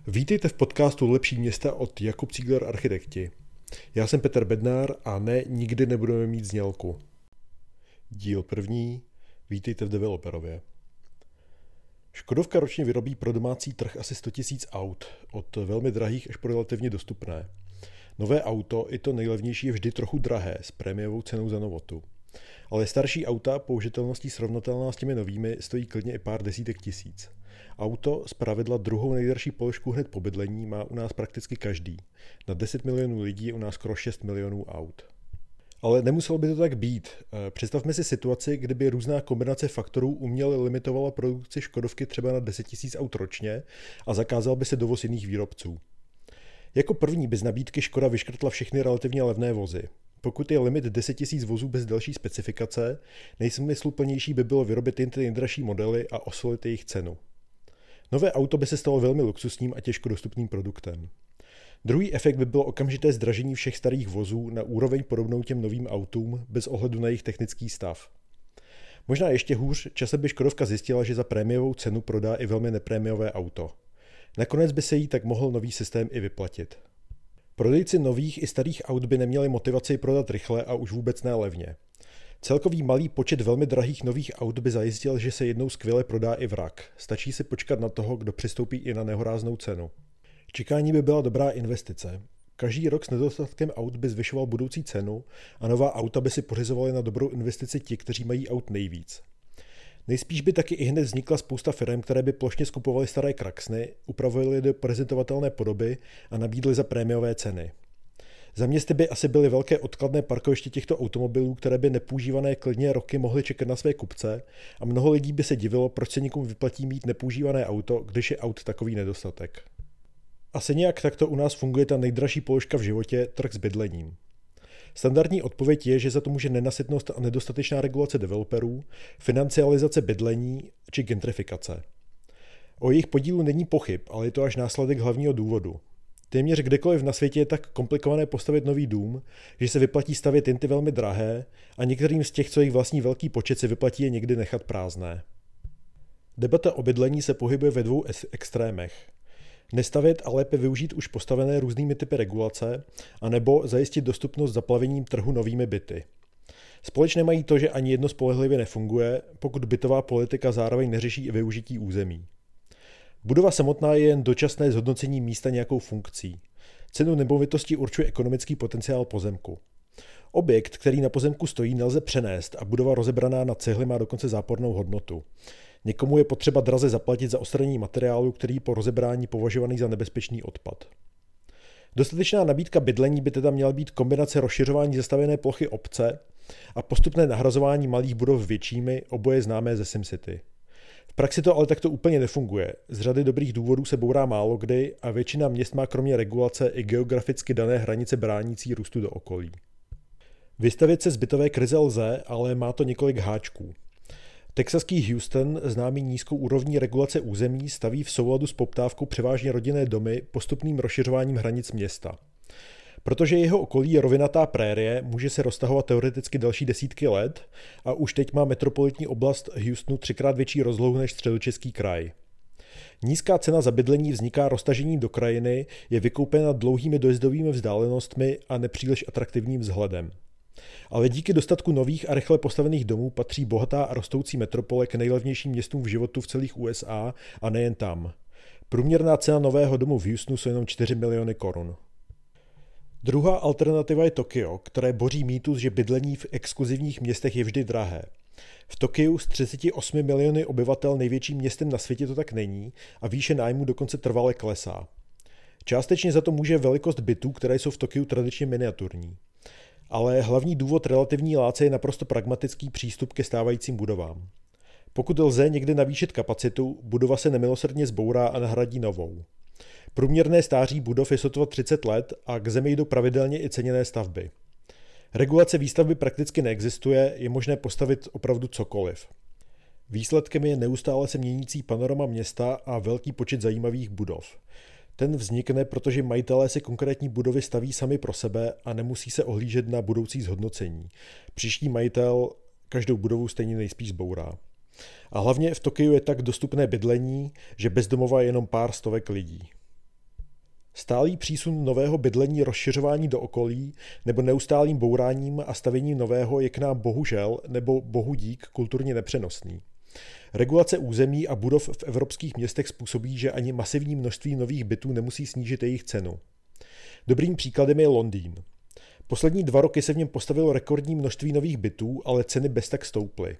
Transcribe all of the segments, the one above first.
Vítejte v podcastu Lepší města od Jakub Cígler Architekti. Já jsem Petr Bednár a ne, nikdy nebudeme mít znělku. Díl první. Vítejte v developerově. Škodovka ročně vyrobí pro domácí trh asi 100 000 aut, od velmi drahých až po relativně dostupné. Nové auto, i to nejlevnější, je vždy trochu drahé, s prémiovou cenou za novotu. Ale starší auta, použitelností srovnatelná s těmi novými, stojí klidně i pár desítek tisíc. Auto, zpravidla druhou nejdražší položku hned po bydlení, má u nás prakticky každý. Na 10 milionů lidí je u nás skoro 6 milionů aut. Ale nemuselo by to tak být. Představme si situaci, kdyby různá kombinace faktorů uměle limitovala produkci Škodovky třeba na 10 000 aut ročně a zakázal by se dovoz jiných výrobců. Jako první by z nabídky Škoda vyškrtla všechny relativně levné vozy. Pokud je limit 10 000 vozů bez další specifikace, nejsmysluplnější by bylo vyrobit jen ty nejdražší modely a osolit jejich cenu. Nové auto by se stalo velmi luxusním a těžko dostupným produktem. Druhý efekt by bylo okamžité zdražení všech starých vozů na úroveň podobnou těm novým autům bez ohledu na jejich technický stav. Možná ještě hůř, časem by Škodovka zjistila, že za prémiovou cenu prodá i velmi neprémiové auto. Nakonec by se jí tak mohl nový systém i vyplatit. Prodejci nových i starých aut by neměli motivaci prodat rychle a už vůbec ne levně. Celkový malý počet velmi drahých nových aut by zajistil, že se jednou skvěle prodá i vrak. Stačí si počkat na toho, kdo přistoupí i na nehoráznou cenu. Čekání by byla dobrá investice. Každý rok s nedostatkem aut by zvyšoval budoucí cenu a nová auta by si pořizovali na dobrou investici ti, kteří mají aut nejvíc. Nejspíš by taky i hned vznikla spousta firm, které by plošně skupovaly staré kraxny, upravovaly do prezentovatelné podoby a nabídly za prémiové ceny. Za městy by asi byly velké odkladné parkoviště těchto automobilů, které by nepoužívané klidně roky mohly čekat na své kupce a mnoho lidí by se divilo, proč se nikomu vyplatí mít nepoužívané auto, když je aut takový nedostatek. Asi nějak takto u nás funguje ta nejdražší položka v životě, trh s bydlením. Standardní odpověď je, že za to může nenasytnost a nedostatečná regulace developerů, financializace bydlení či gentrifikace. O jejich podílu není pochyb, ale je to až následek hlavního důvodu. Téměř kdekoliv na světě je tak komplikované postavit nový dům, že se vyplatí stavět jen ty velmi drahé a některým z těch, co jich vlastní velký počet, se vyplatí je někdy nechat prázdné. Debata o bydlení se pohybuje ve dvou extrémech. Nestavět a lépe využít už postavené různými typy regulace, anebo zajistit dostupnost zaplavením trhu novými byty. Společné mají to, že ani jedno spolehlivě nefunguje, pokud bytová politika zároveň neřeší i využití území. Budova samotná je jen dočasné zhodnocení místa nějakou funkcí. Cenu nemovitosti určuje ekonomický potenciál pozemku. Objekt, který na pozemku stojí, nelze přenést a budova rozebraná na cihly má dokonce zápornou hodnotu. Někomu je potřeba draze zaplatit za odstranění materiálu, který je po rozebrání považovaný za nebezpečný odpad. Dostatečná nabídka bydlení by teda měla být kombinace rozšiřování zastavěné plochy obce a postupné nahrazování malých budov většími, oboje známé ze SimCity. V praxi to ale takto úplně nefunguje. Z řady dobrých důvodů se bourá málo kdy a většina měst má kromě regulace i geograficky dané hranice bránící růstu do okolí. Vystavit se z bytové krize lze, ale má to několik háčků. Texaský Houston, známý nízkou úrovní regulace území, staví v souladu s poptávkou převážně rodinné domy postupným rozšiřováním hranic města. Protože jeho okolí je rovinatá prérie, může se roztahovat teoreticky další desítky let a už teď má metropolitní oblast Houstonu 3x větší rozlohu než Středočeský kraj. Nízká cena za bydlení vzniká roztažením do krajiny, je vykoupena dlouhými dojezdovými vzdálenostmi a nepříliš atraktivním vzhledem. Ale díky dostatku nových a rychle postavených domů patří bohatá a rostoucí metropole k nejlevnějším městům v životu v celých USA a nejen tam. Průměrná cena nového domu v Houstonu jsou jenom 4 miliony korun. Druhá alternativa je Tokio, které boří mýtus, že bydlení v exkluzivních městech je vždy drahé. V Tokiu s 38 miliony obyvatel největším městem na světě to tak není a výše nájmu dokonce trvale klesá. Částečně za to může velikost bytů, které jsou v Tokiu tradičně miniaturní. Ale hlavní důvod relativní láce je naprosto pragmatický přístup ke stávajícím budovám. Pokud lze někde navýšit kapacitu, budova se nemilosrdně zbourá a nahradí novou. Průměrné stáří budov je sotva 30 let a k zemi jdou pravidelně i ceněné stavby. Regulace výstavby prakticky neexistuje, je možné postavit opravdu cokoliv. Výsledkem je neustále se měnící panorama města a velký počet zajímavých budov. Ten vznikne, protože majitelé si konkrétní budovy staví sami pro sebe a nemusí se ohlížet na budoucí zhodnocení. Příští majitel každou budovu stejně nejspíš zbourá. A hlavně v Tokiu je tak dostupné bydlení, že bezdomova je jenom pár stovek lidí. Stálý přísun nového bydlení, rozšiřování do okolí nebo neustálým bouráním a stavěním nového je k nám bohužel nebo bohu dík kulturně nepřenosný. Regulace území a budov v evropských městech způsobí, že ani masivní množství nových bytů nemusí snížit jejich cenu. Dobrým příkladem je Londýn. Poslední 2 roky se v něm postavilo rekordní množství nových bytů, ale ceny beztak stouply.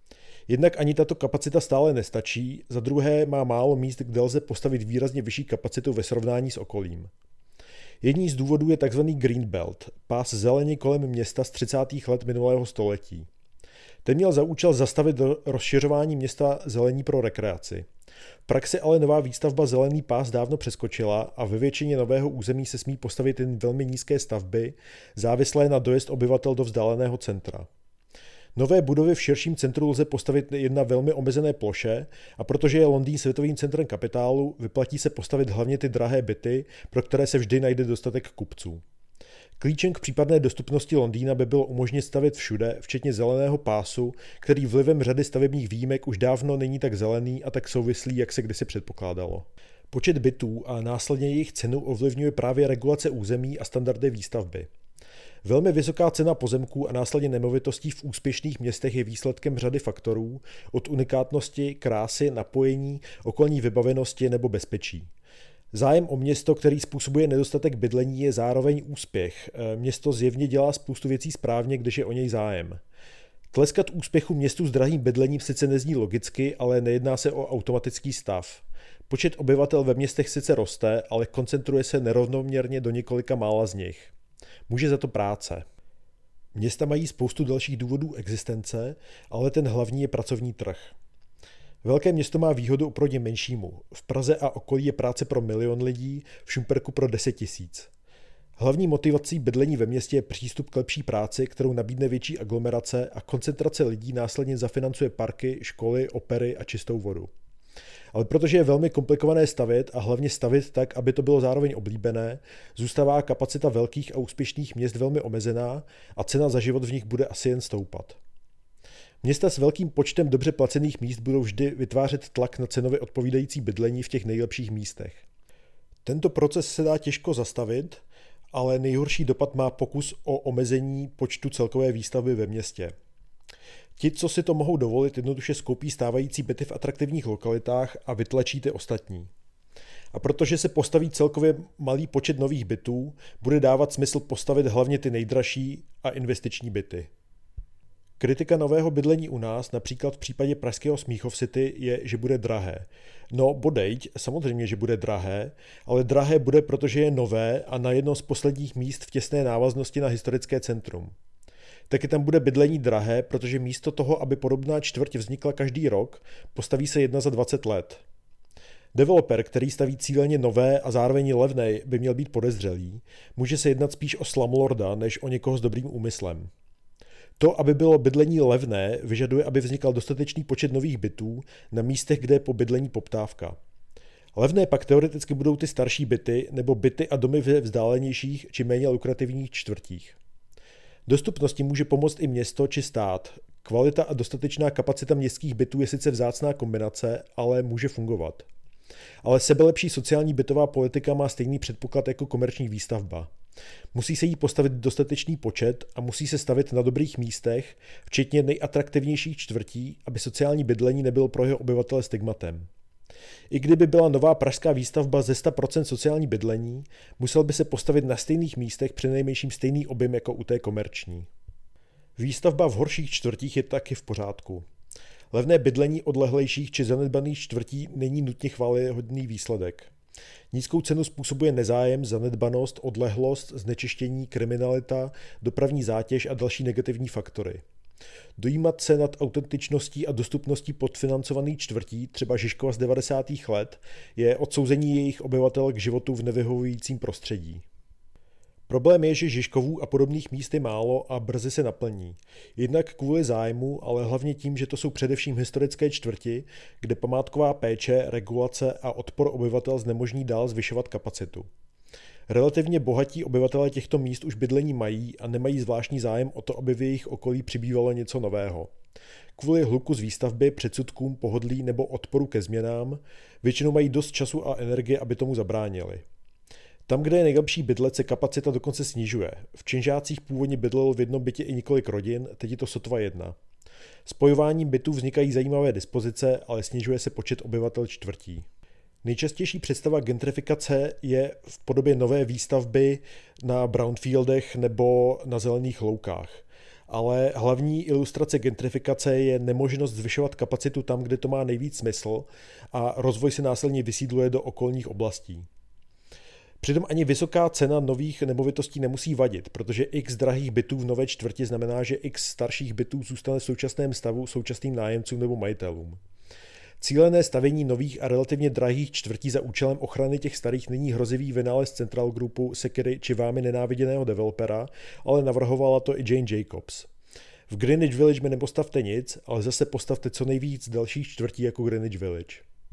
Jednak ani tato kapacita stále nestačí, za druhé má málo míst, kde lze postavit výrazně vyšší kapacitu ve srovnání s okolím. Jedním z důvodů je tzv. Greenbelt, pás zelení kolem města z 30. let minulého století. Ten měl za účel zastavit rozšiřování města zelení pro rekreaci. V praxi ale nová výstavba zelený pás dávno přeskočila a ve většině nového území se smí postavit jen velmi nízké stavby, závislé na dojezd obyvatel do vzdáleného centra. Nové budovy v širším centru lze postavit jen na velmi omezené ploše a protože je Londýn světovým centrem kapitálu, vyplatí se postavit hlavně ty drahé byty, pro které se vždy najde dostatek kupců. Klíčem k případné dostupnosti Londýna by bylo umožnit stavět všude, včetně zeleného pásu, který vlivem řady stavebních výjimek už dávno není tak zelený a tak souvislý, jak se kdysi předpokládalo. Počet bytů a následně jejich cenu ovlivňuje právě regulace území a standardy výstavby. Velmi vysoká cena pozemků a následně nemovitostí v úspěšných městech je výsledkem řady faktorů, od unikátnosti, krásy, napojení, okolní vybavenosti nebo bezpečí. Zájem o město, který způsobuje nedostatek bydlení, je zároveň úspěch. Město zjevně dělá spoustu věcí správně, když je o něj zájem. Tleskat úspěchu městu s drahým bydlením sice nezní logicky, ale nejedná se o automatický stav. Počet obyvatel ve městech sice roste, ale koncentruje se nerovnoměrně do několika mála z nich. Může za to práce. Města mají spoustu dalších důvodů existence, ale ten hlavní je pracovní trh. Velké město má výhodu oproti menšímu. V Praze a okolí je práce pro 1 000 000 lidí, v Šumperku pro 10 000. Hlavní motivací bydlení ve městě je přístup k lepší práci, kterou nabídne větší aglomerace a koncentrace lidí následně zafinancuje parky, školy, opery a čistou vodu. Ale protože je velmi komplikované stavět a hlavně stavět tak, aby to bylo zároveň oblíbené, zůstává kapacita velkých a úspěšných měst velmi omezená a cena za život v nich bude asi jen stoupat. Města s velkým počtem dobře placených míst budou vždy vytvářet tlak na cenově odpovídající bydlení v těch nejlepších místech. Tento proces se dá těžko zastavit, ale nejhorší dopad má pokus o omezení počtu celkové výstavby ve městě. Ti, co si to mohou dovolit, jednoduše skoupí stávající byty v atraktivních lokalitách a vytlačí ty ostatní. A protože se postaví celkově malý počet nových bytů, bude dávat smysl postavit hlavně ty nejdražší a investiční byty. Kritika nového bydlení u nás, například v případě pražského Smíchov City, je, že bude drahé. No bodejť, samozřejmě, že bude drahé, ale drahé bude, protože je nové a na jedno z posledních míst v těsné návaznosti na historické centrum. Taky tam bude bydlení drahé, protože místo toho, aby podobná čtvrť vznikla každý rok, postaví se jedna za 20 let. Developer, který staví cíleně nové a zároveň levné, by měl být podezřelý. Může se jednat spíš o slumlorda, než o někoho s dobrým úmyslem. To, aby bylo bydlení levné, vyžaduje, aby vznikal dostatečný počet nových bytů na místech, kde je po bydlení poptávka. Levné pak teoreticky budou ty starší byty nebo byty a domy ve vzdálenějších či méně lukrativních čtvrtích. Dostupnosti může pomoct i město či stát. Kvalita a dostatečná kapacita městských bytů je sice vzácná kombinace, ale může fungovat. Ale sebelepší sociální bytová politika má stejný předpoklad jako komerční výstavba. Musí se jí postavit dostatečný počet a musí se stavět na dobrých místech, včetně nejatraktivnějších čtvrtí, aby sociální bydlení nebylo pro jeho obyvatele stigmatem. I kdyby byla nová pražská výstavba ze 100% sociální bydlení, musel by se postavit na stejných místech přinejmenším stejný objem jako u té komerční. Výstavba v horších čtvrtích je taky v pořádku. Levné bydlení odlehlejších či zanedbaných čtvrtí není nutně chvályhodný výsledek. Nízkou cenu způsobuje nezájem, zanedbanost, odlehlost, znečištění, kriminalita, dopravní zátěž a další negativní faktory. Dojímat se nad autentičností a dostupností podfinancovaných čtvrtí, třeba Žižkova z 90. let, je odsouzení jejich obyvatel k životu v nevyhovujícím prostředí. Problém je, že Žižkovů a podobných míst je málo a brzy se naplní. Jednak kvůli zájmu, ale hlavně tím, že to jsou především historické čtvrti, kde památková péče, regulace a odpor obyvatel znemožní dál zvyšovat kapacitu. Relativně bohatí obyvatelé těchto míst už bydlení mají a nemají zvláštní zájem o to, aby v jejich okolí přibývalo něco nového. Kvůli hluku z výstavby, předsudkům, pohodlí nebo odporu ke změnám většinou mají dost času a energie, aby tomu zabránili. Tam, kde je nejlepší bydlet, se kapacita dokonce snižuje. V Činžácích původně bydlelo v jednom bytě i několik rodin, teď je to sotva jedna. Spojováním bytů vznikají zajímavé dispozice, ale snižuje se počet obyvatel čtvrtí. Nejčastější představa gentrifikace je v podobě nové výstavby na brownfieldech nebo na zelených loukách. Ale hlavní ilustrace gentrifikace je nemožnost zvyšovat kapacitu tam, kde to má nejvíc smysl a rozvoj se následně vysídluje do okolních oblastí. Přitom ani vysoká cena nových nemovitostí nemusí vadit, protože x drahých bytů v nové čtvrti znamená, že x starších bytů zůstane v současném stavu současným nájemcům nebo majitelům. Cílené stavění nových a relativně drahých čtvrtí za účelem ochrany těch starých není hrozivý vynález Central Groupu, Secury či vámi nenáviděného developera, ale navrhovala to i Jane Jacobs. V Greenwich Village mi nepostavte nic, ale zase postavte co nejvíc dalších čtvrtí jako Greenwich Village.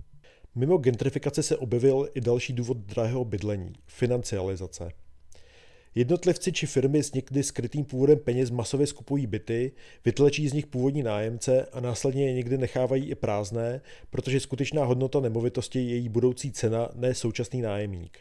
Mimo gentrifikace se objevil i další důvod drahého bydlení – financializace. Jednotlivci či firmy s někdy skrytým původem peněz masově skupují byty, vytlačí z nich původní nájemce a následně je někdy nechávají i prázdné, protože skutečná hodnota nemovitosti je její budoucí cena, ne současný nájemník.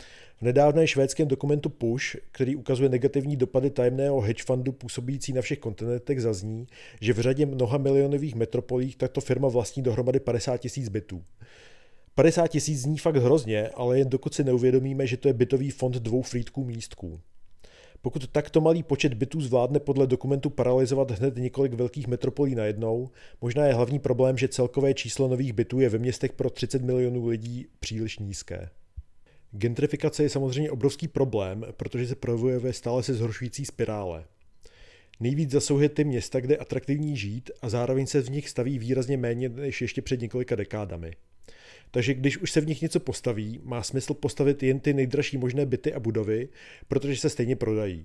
V nedávném švédském dokumentu Push, který ukazuje negativní dopady tajemného hedge fundu působící na všech kontinentech, zazní, že v řadě mnoha milionových metropolích tato firma vlastní dohromady 50 000 bytů. 50 000 zní fakt hrozně, ale jen dokud si neuvědomíme, že to je bytový fond 2 frýdků místků. Pokud takto malý počet bytů zvládne podle dokumentu paralyzovat hned několik velkých metropolí najednou, možná je hlavní problém, že celkové číslo nových bytů je ve městech pro 30 milionů lidí příliš nízké. Gentrifikace je samozřejmě obrovský problém, protože se projevuje ve stále se zhoršující spirále. Nejvíc zasahuje ty města, kde je atraktivní žít a zároveň se v nich staví výrazně méně než ještě před několika dekádami. Takže když už se v nich něco postaví, má smysl postavit jen ty nejdražší možné byty a budovy, protože se stejně prodají.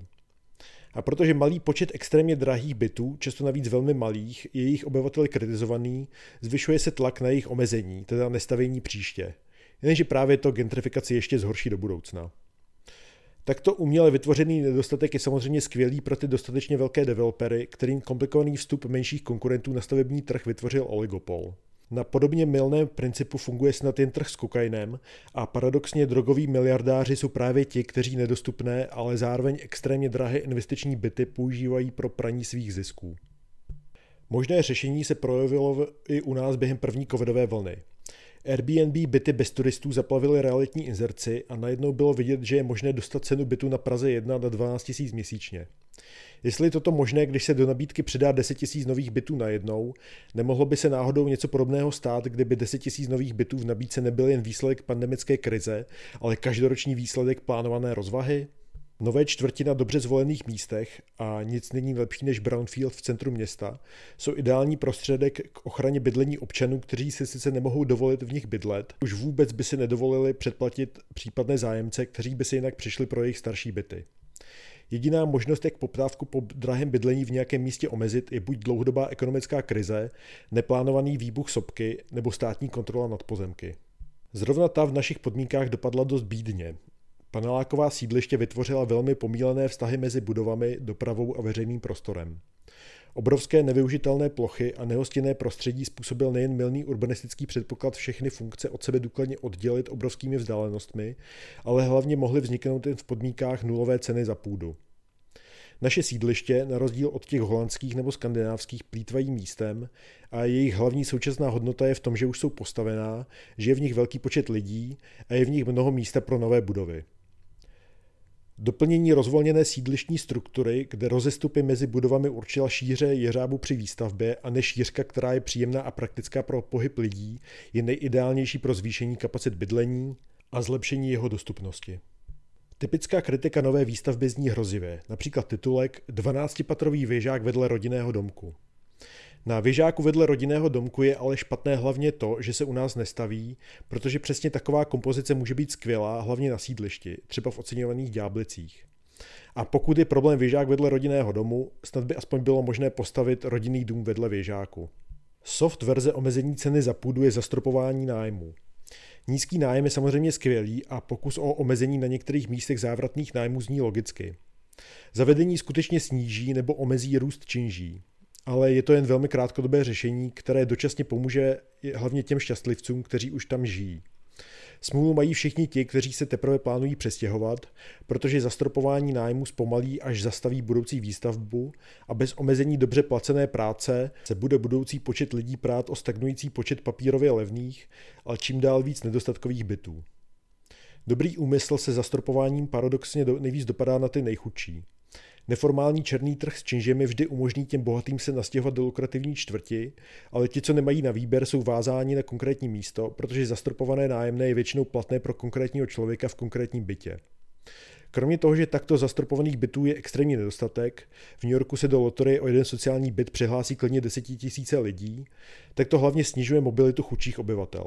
A protože malý počet extrémně drahých bytů, často navíc velmi malých, je jejich obyvatel kritizovaný, zvyšuje se tlak na jejich omezení, teda nestavění příště. Jenže právě to gentrifikaci ještě zhorší do budoucna. Takto uměle vytvořený nedostatek je samozřejmě skvělý pro ty dostatečně velké developery, kterým komplikovaný vstup menších konkurentů na stavební trh vytvořil oligopol. Na podobně mylném principu funguje snad jen trh s kokainem a paradoxně drogoví miliardáři jsou právě ti, kteří nedostupné, ale zároveň extrémně drahé investiční byty používají pro praní svých zisků. Možné řešení se projevilo i u nás během první covidové vlny. Airbnb byty bez turistů zaplavily realitní inzerci a najednou bylo vidět, že je možné dostat cenu bytu na Praze 1 na 12 000 měsíčně. Jestli je toto možné, když se do nabídky přidá 10 000 nových bytů najednou, nemohlo by se náhodou něco podobného stát, kdyby 10 000 nových bytů v nabídce nebyl jen výsledek pandemické krize, ale každoroční výsledek plánované rozvahy? Nové čtvrti na dobře zvolených místech, a nic není lepší než brownfield v centru města, jsou ideální prostředek k ochraně bydlení občanů, kteří si sice nemohou dovolit v nich bydlet, už vůbec by si nedovolili předplatit případné zájemce, kteří by si jinak přišli pro jejich starší byty. Jediná možnost, jak poptávku po drahém bydlení v nějakém místě omezit, je buď dlouhodobá ekonomická krize, neplánovaný výbuch sopky nebo státní kontrola nad pozemky. Zrovna ta v našich podmínkách dopadla dost bídně. Paneláková sídliště vytvořila velmi pomílené vztahy mezi budovami, dopravou a veřejným prostorem. Obrovské nevyužitelné plochy a nehostinné prostředí způsobil nejen mylný urbanistický předpoklad všechny funkce od sebe důkladně oddělit obrovskými vzdálenostmi, ale hlavně mohly vzniknout jen v podmínkách nulové ceny za půdu. Naše sídliště, na rozdíl od těch holandských nebo skandinávských, plýtvají místem a jejich hlavní současná hodnota je v tom, že už jsou postavená, že je v nich velký počet lidí a je v nich mnoho místa pro nové budovy. Doplnění rozvolněné sídlištní struktury, kde rozestupy mezi budovami určila šíře jeřábu při výstavbě a ne šířka, která je příjemná a praktická pro pohyb lidí, je nejideálnější pro zvýšení kapacit bydlení a zlepšení jeho dostupnosti. Typická kritika nové výstavby zní hrozivě, například titulek 12patrový věžák vedle rodinného domku. Na věžáku vedle rodinného domku je ale špatné hlavně to, že se u nás nestaví, protože přesně taková kompozice může být skvělá, hlavně na sídlišti, třeba v oceňovaných Ďáblicích. A pokud je problém věžák vedle rodinného domu, snad by aspoň bylo možné postavit rodinný dům vedle věžáku. Soft verze omezení ceny za půdu je zastropování nájmu. Nízký nájem je samozřejmě skvělý a pokus o omezení na některých místech závratných nájmů zní logicky. Zavedení skutečně sníží nebo omezí růst činží. Ale je to jen velmi krátkodobé řešení, které dočasně pomůže hlavně těm šťastlivcům, kteří už tam žijí. Smůlu mají všichni ti, kteří se teprve plánují přestěhovat, protože zastropování nájmu zpomalí až zastaví budoucí výstavbu a bez omezení dobře placené práce se bude budoucí počet lidí prát o stagnující počet papírově levných, ale čím dál víc nedostatkových bytů. Dobrý úmysl se zastropováním paradoxně nejvíc dopadá na ty nejchudší. Neformální černý trh s činžemi vždy umožní těm bohatým se nastěhovat do lukrativní čtvrti, ale ti, co nemají na výběr, jsou vázáni na konkrétní místo, protože zastropované nájemné je většinou platné pro konkrétního člověka v konkrétním bytě. Kromě toho, že takto zastropovaných bytů je extrémní nedostatek, v New Yorku se do loterie o jeden sociální byt přihlásí klidně 10 000 lidí, tak to hlavně snižuje mobilitu chudších obyvatel.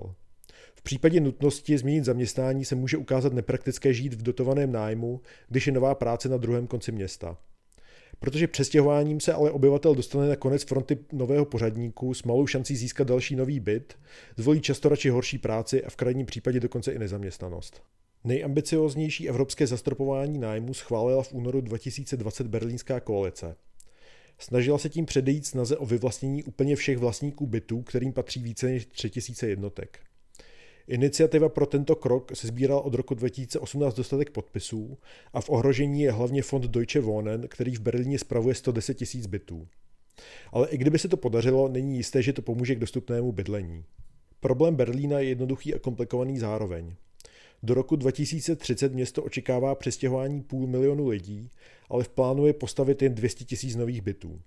V případě nutnosti změnit zaměstnání se může ukázat nepraktické žít v dotovaném nájmu, když je nová práce na druhém konci města. Protože přestěhováním se ale obyvatel dostane na konec fronty nového pořadníku s malou šancí získat další nový byt, zvolí často radši horší práci a v krajním případě dokonce i nezaměstnanost. Nejambicioznější evropské zastropování nájmu schválila v únoru 2020 berlínská koalice. Snažila se tím předejít snaze o vyvlastnění úplně všech vlastníků bytů, kterým patří více než 3000 jednotek. Iniciativa pro tento krok se sbírala od roku 2018 dostatek podpisů a v ohrožení je hlavně fond Deutsche Wohnen, který v Berlíně spravuje 110 000 bytů. Ale i kdyby se to podařilo, není jisté, že to pomůže k dostupnému bydlení. Problém Berlína je jednoduchý a komplikovaný zároveň. Do roku 2030 město očekává přestěhování 500 000 lidí, ale v plánu je postavit jen 200 000 nových bytů.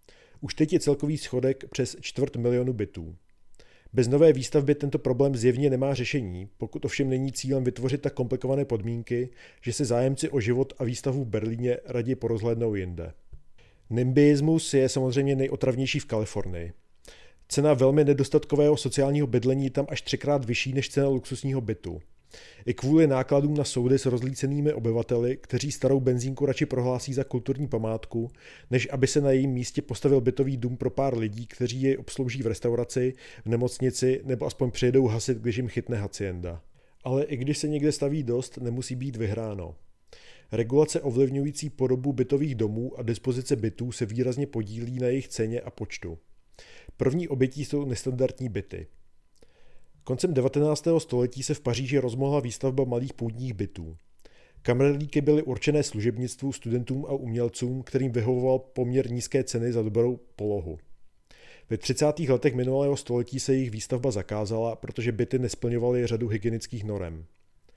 Už teď je celkový schodek přes 250 000 bytů. Bez nové výstavby tento problém zjevně nemá řešení, pokud ovšem není cílem vytvořit tak komplikované podmínky, že se zájemci o život a výstavbu v Berlíně raději porozhlédnou jinde. NIMBYismus je samozřejmě nejotravnější v Kalifornii. Cena velmi nedostatkového sociálního bydlení je tam až 3x vyšší než cena luxusního bytu. I kvůli nákladům na soudy s rozlícenými obyvateli, kteří starou benzínku radši prohlásí za kulturní památku, než aby se na jejím místě postavil bytový dům pro pár lidí, kteří jej obslouží v restauraci, v nemocnici nebo aspoň přijedou hasit, když jim chytne hacienda. Ale i když se někde staví dost, nemusí být vyhráno. Regulace ovlivňující podobu bytových domů a dispozice bytů se výrazně podílí na jejich ceně a počtu. První obětí jsou nestandardní byty. Koncem 19. století se v Paříži rozmohla výstavba malých půdních bytů. Kamerlíky byly určené služebnictvu, studentům a umělcům, kterým vyhovoval poměr nízké ceny za dobrou polohu. Ve 30. letech minulého století se jejich výstavba zakázala, protože byty nesplňovaly řadu hygienických norem.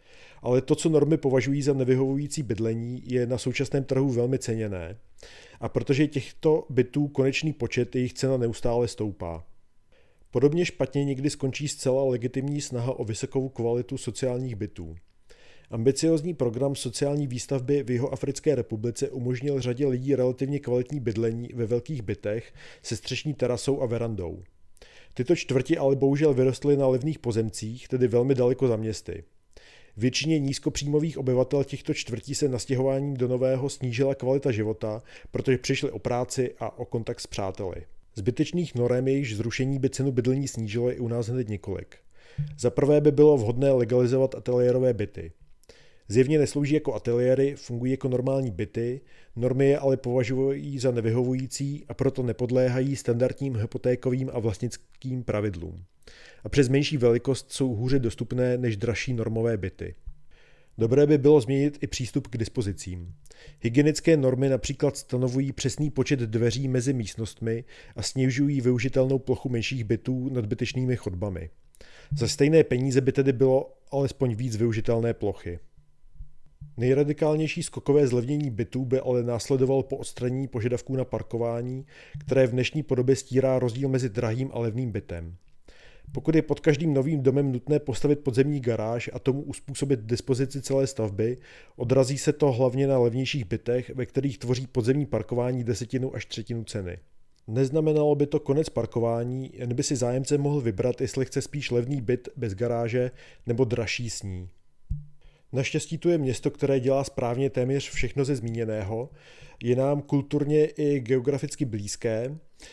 Ale to, co normy považují za nevyhovující bydlení, je na současném trhu velmi ceněné. A protože těchto bytů konečný počet, jejich cena neustále stoupá. Podobně špatně někdy skončí zcela legitimní snaha o vysokou kvalitu sociálních bytů. Ambiciózní program sociální výstavby v Jihoafrické republice umožnil řadě lidí relativně kvalitní bydlení ve velkých bytech se střešní terasou a verandou. Tyto čtvrti ale bohužel vyrostly na levných pozemcích, tedy velmi daleko za městy. Většině nízkopříjmových obyvatel těchto čtvrtí se nastěhováním do nového snížila kvalita života, protože přišli o práci a o kontakt s přáteli. Zbytečných norem jejichž zrušení by cenu bydlení snížilo i u nás hned několik. Za prvé by bylo vhodné legalizovat ateliérové byty. Zjevně neslouží jako ateliéry, fungují jako normální byty, normy je ale považují za nevyhovující a proto nepodléhají standardním hypotékovým a vlastnickým pravidlům. A přes menší velikost jsou hůře dostupné než dražší normové byty. Dobré by bylo změnit i přístup k dispozicím. Hygienické normy například stanovují přesný počet dveří mezi místnostmi a snižují využitelnou plochu menších bytů nadbytečnými chodbami. Za stejné peníze by tedy bylo alespoň víc využitelné plochy. Nejradikálnější skokové zlevnění bytů by ale následovalo po odstranění požadavků na parkování, které v dnešní podobě stírá rozdíl mezi drahým a levným bytem. Pokud je pod každým novým domem nutné postavit podzemní garáž a tomu uspůsobit dispozici celé stavby, odrazí se to hlavně na levnějších bytech, ve kterých tvoří podzemní parkování 1/10 až 1/3 ceny. Neznamenalo by to konec parkování, jen by si zájemce mohl vybrat, jestli chce spíš levný byt bez garáže nebo dražší s ní. Naštěstí tu je město, které dělá správně téměř všechno ze zmíněného, je nám kulturně i geograficky blízké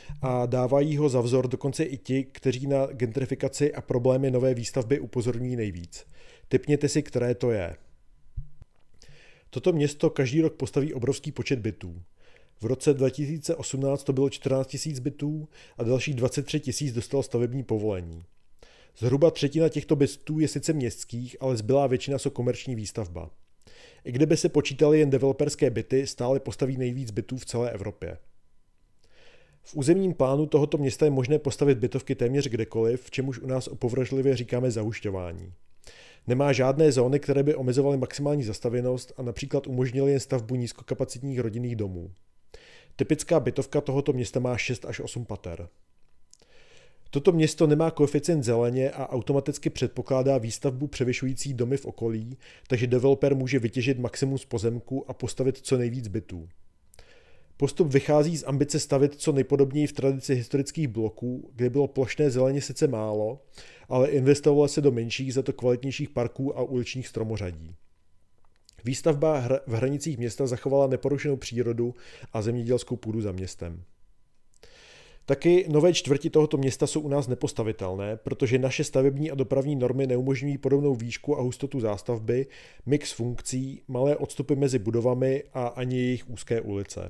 a dávají ho za vzor dokonce i ti, kteří na gentrifikaci a problémy nové výstavby upozorňují nejvíc. Tipněte si, které to je. Toto město každý rok postaví obrovský počet bytů. V roce 2018 to bylo 14 000 bytů a dalších 23 000 dostalo stavební povolení. Zhruba třetina těchto bytů je sice městských, ale zbylá většina jsou komerční výstavba. I kdyby se počítaly jen developerské byty, stále postaví nejvíc bytů v celé Evropě. V územním plánu tohoto města je možné postavit bytovky téměř kdekoliv, čemuž u nás opovrženlivě říkáme zahušťování. Nemá žádné zóny, které by omezovaly maximální zastavěnost a například umožnily jen stavbu nízkokapacitních rodinných domů. Typická bytovka tohoto města má 6 až 8 pater. Toto město nemá koeficient zeleně a automaticky předpokládá výstavbu převyšující domy v okolí, takže developer může vytěžit maximum z pozemku a postavit co nejvíc bytů. Postup vychází z ambice stavět co nejpodobněji v tradici historických bloků, kde bylo plošné zeleně sice málo, ale investovalo se do menších, za to kvalitnějších parků a uličních stromořadí. Výstavba v hranicích města zachovala neporušenou přírodu a zemědělskou půdu za městem. Taky nové čtvrti tohoto města jsou u nás nepostavitelné, protože naše stavební a dopravní normy neumožňují podobnou výšku a hustotu zástavby, mix funkcí, malé odstupy mezi budovami a ani jejich úzké ulice.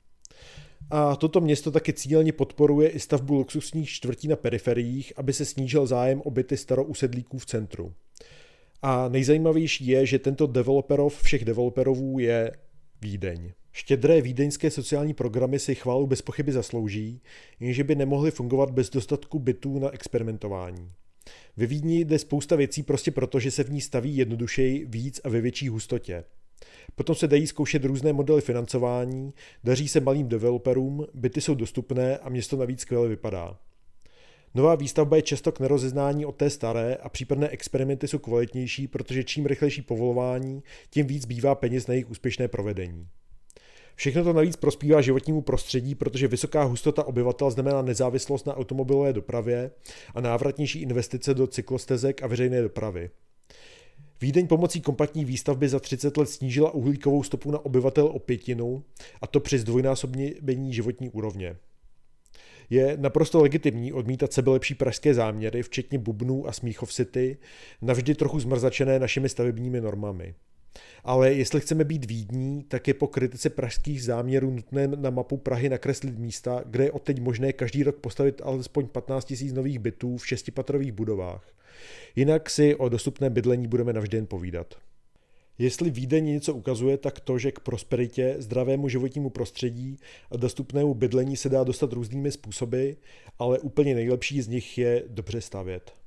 A toto město taky cíleně podporuje i stavbu luxusních čtvrtí na periferiích, aby se snížil zájem o byty starousedlíků v centru. A nejzajímavější je, že tento developerov všech developerovů je Vídeň. Štědré vídeňské sociální programy si chválu bez pochyby zaslouží, jenže by nemohly fungovat bez dostatku bytů na experimentování. Ve Vídni jde spousta věcí prostě proto, že se v ní staví jednodušeji, víc a ve větší hustotě. Potom se dají zkoušet různé modely financování, daří se malým developerům, byty jsou dostupné a město navíc skvěle vypadá. Nová výstavba je často k nerozeznání od té staré a případné experimenty jsou kvalitnější, protože čím rychlejší povolování, tím víc bývá peněz na jejich úspěšné provedení. Všechno to navíc prospívá životnímu prostředí, protože vysoká hustota obyvatel znamená nezávislost na automobilové dopravě a návratnější investice do cyklostezek a veřejné dopravy. Vídeň pomocí kompaktní výstavby za 30 let snížila uhlíkovou stopu na obyvatel o 1/5, a to při zdvojnásobnění životní úrovně. Je naprosto legitimní odmítat sebelepší pražské záměry, včetně Bubnů a Smíchov City, navždy trochu zmrzačené našimi stavebními normami. Ale jestli chceme být Vídní, tak je po kritice pražských záměrů nutné na mapu Prahy nakreslit místa, kde je odteď možné každý rok postavit alespoň 15 000 nových bytů v 6patrových budovách. Jinak si o dostupné bydlení budeme navždy jen povídat. Jestli Vídeň něco ukazuje, tak to, že k prosperitě, zdravému životnímu prostředí a dostupnému bydlení se dá dostat různými způsoby, ale úplně nejlepší z nich je dobře stavět.